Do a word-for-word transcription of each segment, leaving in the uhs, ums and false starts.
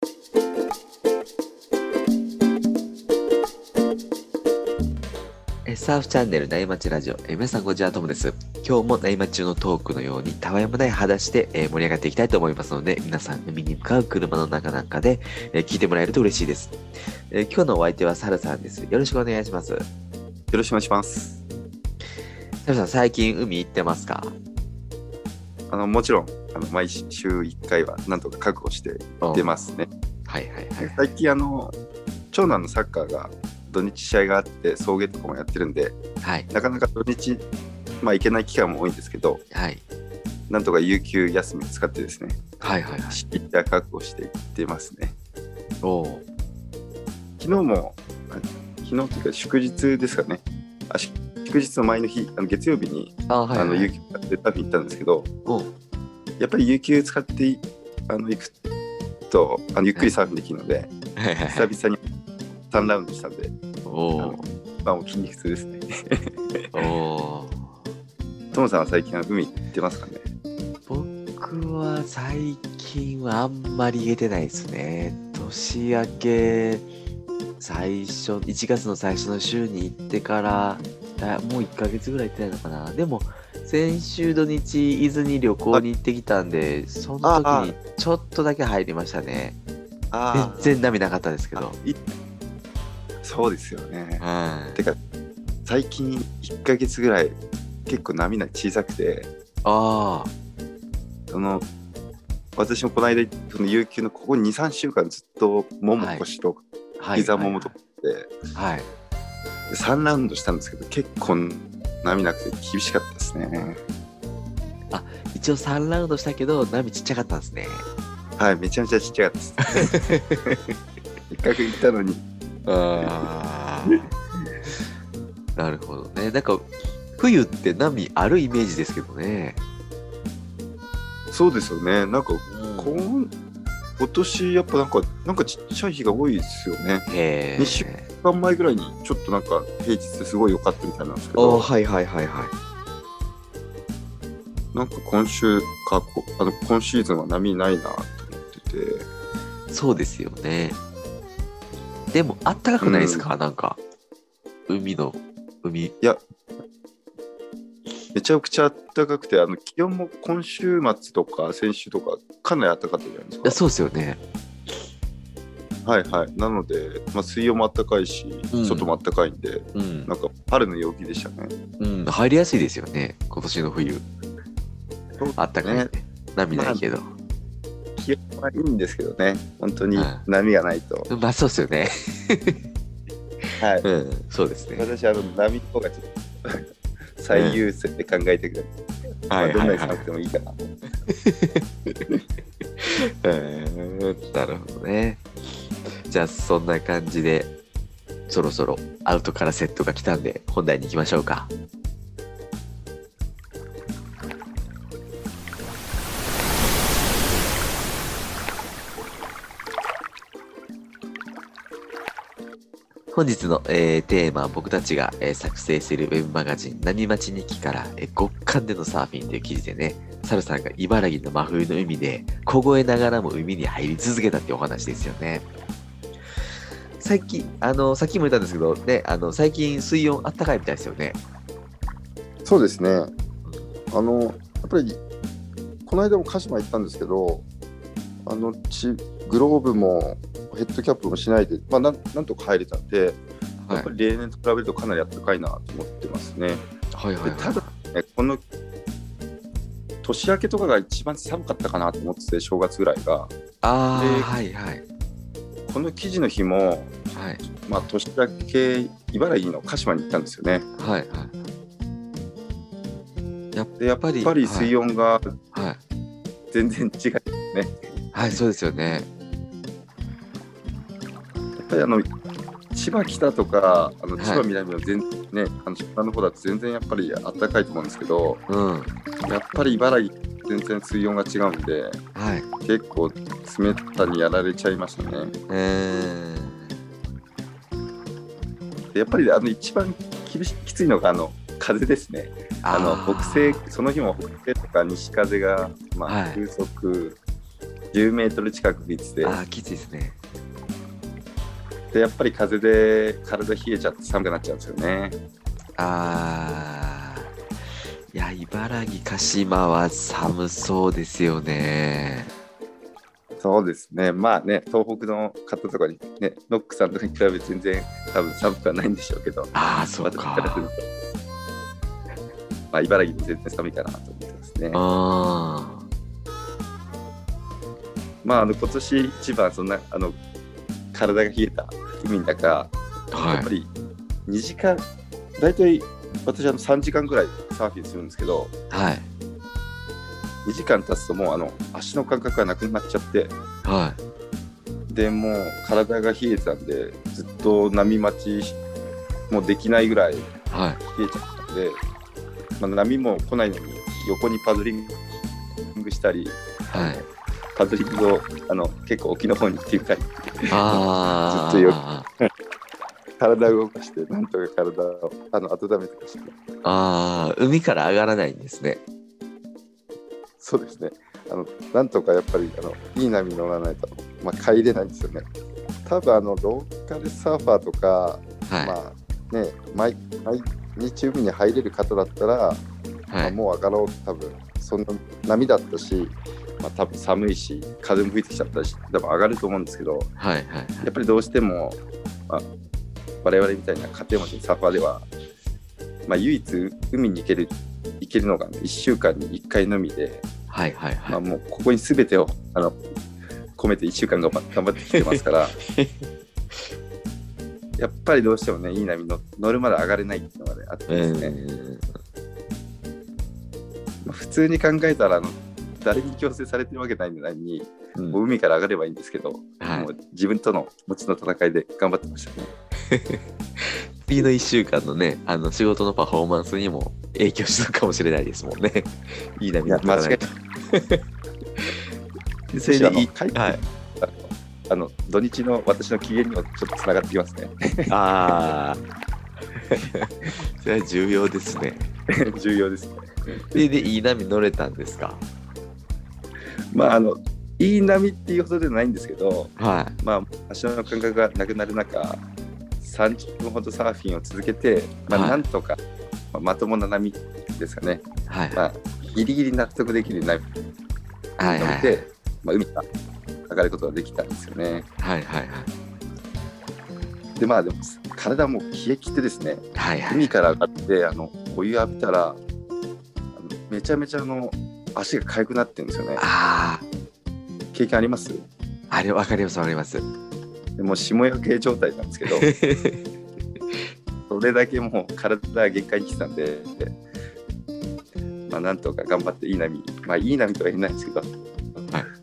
えサーフチャンネル内町ラジオ、え皆さんこんにちは、ともです。今日も内町中のトークのようにたわいもない話で、えー盛り上がっていきたいと思いますので、皆さん海に向かう車の中なんかで、えー聞いてもらえると嬉しいです。えー今日のお相手はサルさんです。よろしくお願いします。 よろしくお願いします。 サルさん、最近海行ってますか？ あのもちろんあの毎週いっかいはなんとか確保して出ますね。 はいはいはい。 最近あの長男のサッカーが土日試合があって送迎とかもやってるんで、 はい。 なかなか土日、まあ、行けない機会も多いんですけど、 はい。 なんとか有給休みを使ってですね、 はいはいはい。 シーター確保していってますね。 おお。 昨日もあ昨日というか祝日ですかね。あし祝日の前の日、あの月曜日にあ、はい、はい。 あの有給使ってサーフィン行ったんですけど、 おやっぱり有給使ってあの行くとあのゆっくりサーフィンできるので、 はいはいはい。 久々にさんラウンドしたんで、 おお。 あのまあもう筋肉痛ですね。 おお。 トモさんは最近は海行ってますかね？ 僕は最近はあんまり言えてないですね。年明け最初いちがつの最初の週に行ってからだもういっかげつぐらい行ってないのかな。でも先週土日伊豆に旅行に行ってきたんで、その時にちょっとだけ入りましたね。 あ全然波なかったですけど。 いそうですよね。 うん。 てか最近いっかげつぐらい結構波が小さくて、 あその私もこの間その有給のここに、さんしゅうかんずっともも腰とあ、はい。 膝ももとかで、 はい。 でさんラウンドしたんですけど結構波なくて厳しかったですね。 一応さんラウンドしたけど波ちっちゃかったんですね。 はい、めちゃめちゃちっちゃかったです。せっかく行ったのに。 ああ。なるほどね。なんか冬って波あるイメージですけどね。 そうですよね。なんかうんこん今年やっぱなんかなんかちっちゃい日が多いですよね。 へえ。 にしゅうかんまえぐらいにちょっとなんか平日すごい良かったみたいなんですけあ、 ど、 はいはいはいはい。 なんか今週かこあの今シーズンは波ないなと思ってて、 そうですよね。でもあったかくないですか、なんか海の海。 いやめちゃくちゃ暖かくて、あの気温も今週末とか先週とかかなり暖かかったじゃないですか。 いやそうですよね。 はいはい。なので、まあ、水温も暖かいし、 うん外も暖かいんで、 うんなんか春の陽気でしたね。 うん入りやすいですよね今年の冬。あったかいね。波ないけど。 気温はいいんですけどね、本当にうん波がないと。 まあそうですよね。 はい。 うんそうですね。 私、あの波の方がちょっと最優先で考えてくれる。まあ、どんなに寒くてもいいかな。 うんなるほどね。じゃあそんな感じでそろそろアウトからセットが来たんで本題に行きましょうか。本日の、えーテーマは僕たちが、えー作成しているウェブマガジン何町日記から、えー極寒でのサーフィンという記事でね、サルさんが茨城の真冬の海で凍えながらも海に入り続けたっていうお話ですよね。最近、あの、さっきも言ったんですけど、ね、あの、最近水温あったかいみたいですよね。 そうですね。あの、やっぱり、この間も鹿島行ったんですけど、あのちグローブもヘッドキャップもしないで、まあ、なんなんとか入れたんで、 はいやっぱり例年と比べるとかなり暖かいなと思ってますね。 はいはいはい。 でただ、ね、この年明けとかが一番寒かったかなと思ってて、正月ぐらいが。 ああ、 ではいはい。 この記事の日も、 はいまあ、年明け茨城の鹿島に行ったんですよね。 はいはい。やっでやっぱり水温がはい全然違いますね。 はい、そうですよね。 やっぱりあの千葉北とかあのはい千葉南の全、ね、あの湘南の方だと全然やっぱり暖かいと思うんですけど、 うん。 やっぱり茨城全然水温が違うんで、 はい。 結構冷たにやられちゃいましたね。 えでやっぱりあの一番厳しきついのがあの風ですね。あの北西、その日も北西とか西風が、まあはい風速じゅうメートル近く吹いてて、 ああ、きついですね。 でやっぱり風で体冷えちゃって寒くなっちゃうんですよね。 ああ、いや、茨城、鹿島は寒そうですよね。 そうですね。まあね、東北の方とかにね、ノックさんとかに比べて全然多分寒くはないんでしょうけど、 ああ、そう私からするか。 と、まあ、茨城も全然寒いかなと思ってますね。 あまあ、あの今年一番そんなあの体が冷えた海の中、 あ、はい。 やっぱりにじかん、大体私あのさんじかんぐらいサーフィンするんですけど、 はい。 にじかん経つともうあの足の感覚がなくなっちゃって、 はでもう体が冷えてたんで、ずっと波待ちもできないぐらい冷い。はい。 えちゃったんで、まあ、波も来ないのに横にパドリングしたり、 はい。 パドリングをあの結構沖の方に行ってみたり、ずっとよあ体を動かしてなんとか体をあの温めてましたね。 あ、ああ、海から上がらないんですね。 そうですね。あのなんとかやっぱりあのいい波に乗らないと、まあ、帰れないんですよね。多分あのローカルサーファーとか、 はい。 まあね、毎毎日海に入れる方だったら、まあ、 はい。 もう上がろうと多分そんな波だったし、まあ、多分寒いし風も吹いてきちゃったし多分上がると思うんですけど、 はい。はい。 やっぱりどうしても、まあ、我々みたいな家庭持ちのサーファーでは、まあ、唯一海に行ける行けるのがいっしゅうかんにいっかいのみで、 はい。はい。 まあ、 はい。 もうここに全てをあの込めていっしゅうかん頑張頑張ってきてますからやっぱりどうしてもねいい波の乗るまで上がれないっていうのが、ね、あってですね、まあ、普通に考えたらあの誰に強制されてるわけないのに、うん、もう海から上がればいいんですけど、はい、もう自分との気持ちの戦いで頑張ってましたね次のいっしゅうかんのね、あの仕事のパフォーマンスにも影響したかもしれないですもんね。いい波に乗らないと。 それでいい、はい、あの土日の私の機嫌にもちょっとつながってきますね。 ああ、それは重要ですね。 重要ですね。 で、でいい波乗れたんですか？ まああのいい波っていうほどではないんですけど、 はい、 まあ足の感覚がなくなる中、さんじゅっぷんほどサーフィンを続けて、まあ、 はい、 なんとか、まあ、まともな波ですかね。 はい、 まあ、ギリギリ納得できる波に乗って、はいはい、まあ、海から上がることができたんですよね。 はいはいはい。 でまあでも体も冷え切ってですね、 はいはい、 海から上がってあのお湯浴びたらあのめちゃめちゃあの足が痒くなってるんですよね。ああ、経験あります？ あれわかりますわかります。 でもう霜焼け状態なんですけどそれだけもう体が限界に来てたんで、まあ、なんとか頑張っていい波、まあいい波とは言えないんですけど、はい、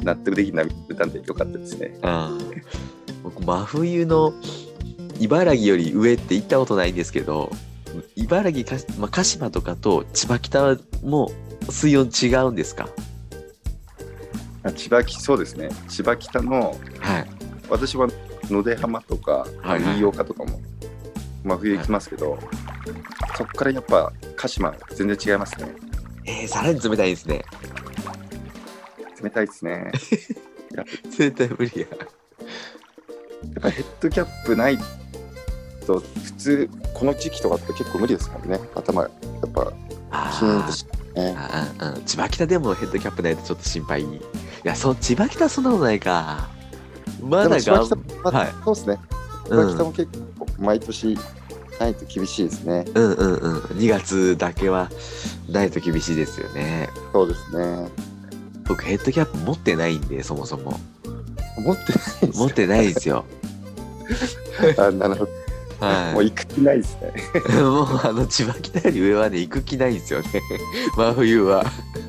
納得できる波打ったんでよかったですね。 あ僕真冬の茨城より上って行ったことないんですけど、茨城か、まあ、鹿島とかと千葉北も水温違うんですか？ 千葉北、そうですね。千葉北の、はい、私は野出浜とか新岡とかも真冬行きますけど、はい、そこからやっぱ鹿島全然違いますね。 えー、さらに冷たいですね。 冷たいですね。 冷たい無理や。 やっぱヘッドキャップないと普通この時期とかって結構無理ですもんね。頭やっぱキーンとしてね。 ああ、千葉北でもヘッドキャップないとちょっと心配。いや、そう千葉北はそんなことないか。まだ千葉北、まあはい、そうですね。千葉北も結構毎年ないと厳しいですね。 うんうんうん。にがつだけはないと厳しいですよね。 そうですね。 僕ヘッドキャップ持ってないんで、そもそも。 持ってないです持ってないですよ。 あ、なるほど。はい、もう行く気ないですね。 もうあの千葉北より上はね行く気ないんですよね。真冬は。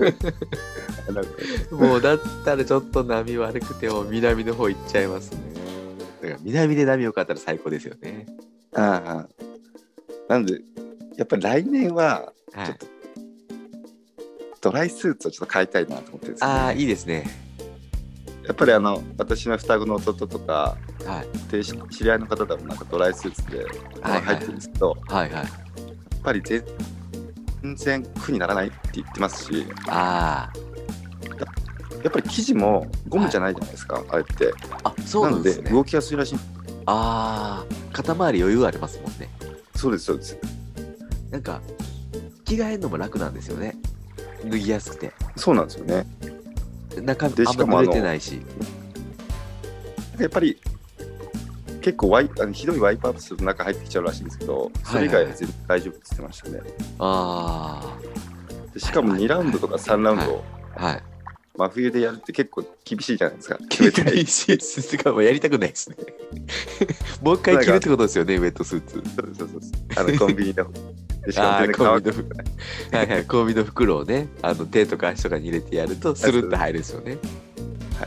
もうだったらちょっと波悪くても南の方行っちゃいますね。だから南で波良かったら最高ですよね。 ああ。なんでやっぱり来年はちょっと、はい、ドライスーツをちょっと買いたいなと思ってるんですね。 ああ、いいですね。 やっぱりあの私の双子の弟とか、はい、知り合いの方でもなんかドライスーツで入ってるんですけど、はいはいはい、やっぱり全然苦にならないって言ってますし、あやっぱり生地もゴムじゃないじゃないですか、はい、あれって。 あ、そうなんですね。 なので動きやすいらしい。 ああ、肩周り余裕ありますもんね。 そうですそうです。 なんか着替えるのも楽なんですよね。脱ぎやすくて。 そうなんですよね。 中であんま濡れてないし。 やっぱり結構ワイあのひどいワイパーすると中入ってきちゃうらしいんですけど、それ以外は全然大丈夫って言ってましたね。 ああ。しかもにラウンドとかさんラウンド、 はいはい、 真冬でやるって結構厳しいじゃないですか。 厳しいです。しかもやりたくないですね。もう一回着るってことですよね、ウェットスーツ。 そうそうそう。あのコンビニの。 でしかも全然乾くはいはい、コンビニの袋をね、あの手とか足とかに入れてやるとスルッと入るんですよね。 はい。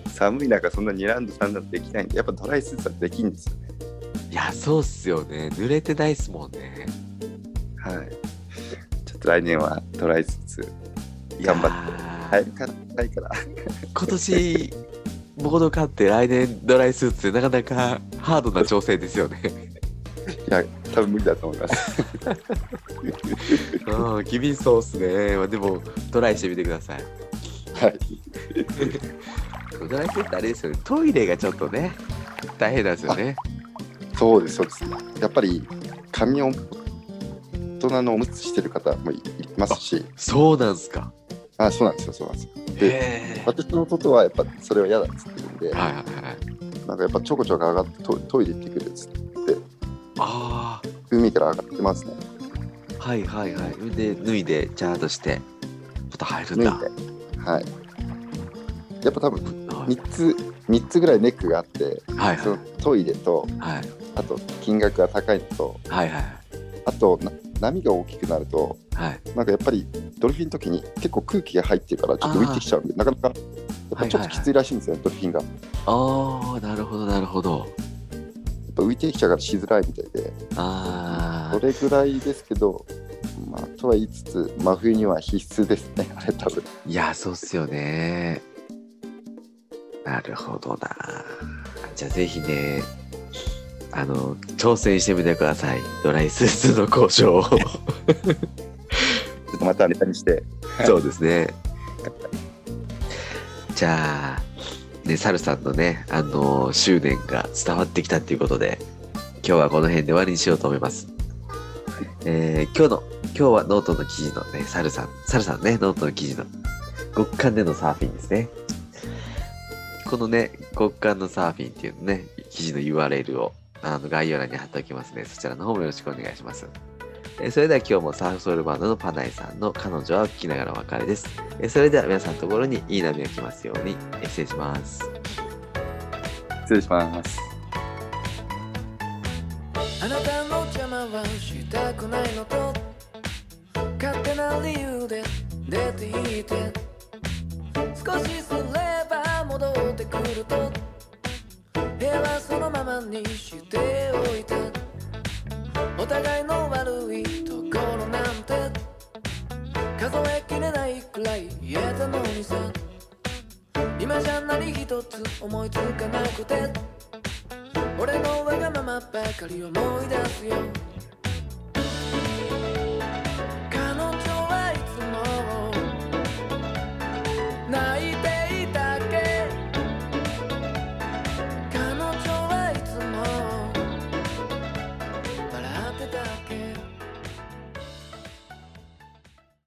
寒い中そんなにラウンドさんラウンドできないんで、やっぱドライスーツはできるんですよね。 いや、そうっすよね。濡れてないっすもんね。 はい。ちょっと来年はドライスーツ頑張って入るからないから。 今年ボード買って来年ドライスーツってなかなかハードな調整ですよね。 いや、多分無理だと思います。 うん、厳しそうっすね。でもトライしてみてください。 はい。 ドライスーツってあれですよね。トイレがちょっとね、大変なんですよね。 そうですそうです。やっぱり髪を大人のおむつしてる方もいますし。 そうなんですか。 あ、そうなんですよ、そうなんですよ。で、私の弟はやっぱそれは嫌だっつってるんで、はいはいはい、なんかやっぱちょこちょこ上がってト、トイレ行ってくるっつって、 あ海から上がってますね。 はいはいはい。で、脱いでちゃんとしてまた入るんだ。 脱いで、はい。やっぱ多分みっつみっつぐらいネックがあって、はいはい、そのトイレと、はい、あと金額が高いのと、はいはい、あと波が大きくなると、はい、なんかやっぱりドルフィンの時に結構空気が入ってるからちょっと浮いてきちゃうんで、なかなかやっぱちょっときついらしいんですよね、はいはいはい、ドルフィンが。 ああ、なるほどなるほど。 やっぱ浮いてきちゃうからしづらいみたいで、あ、それぐらいですけど、まあ、とは言いつつ真冬には必須ですね、あれ多分。 いや、そうっすよね。なるほどな。じゃあぜひね、あの挑戦してみてください、ドライスーツの交渉を。ちょっとまたネタにして。 そうですね。じゃあね、サルさんのね、あの執念が伝わってきたっていうことで、今日はこの辺で終わりにしようと思います。えー、今日の今日はノートの記事のね、サルさんサルさんね、ノートの記事の極寒でのサーフィンですね。このね、極寒のサーフィンっていうのね、記事の ユーアールエル をあの概要欄に貼っておきますので、そちらの方もよろしくお願いします。えー、それでは今日もサーフソウルバンドのパナイさんの彼女は聞きながらお別れです。えー、それでは皆さんのところにいい波が来ますように。えー、失礼します。 失礼します。 あなたの邪魔はしたくないのと、勝手な理由で出ていて、少しすれば戻ってくると、部屋はそのままにしておいて、お互いの悪いところなんて数えきれないくらい言えたのにさ、今じゃ何一つ思いつかなくて、俺のわがままばかり思い出すよ。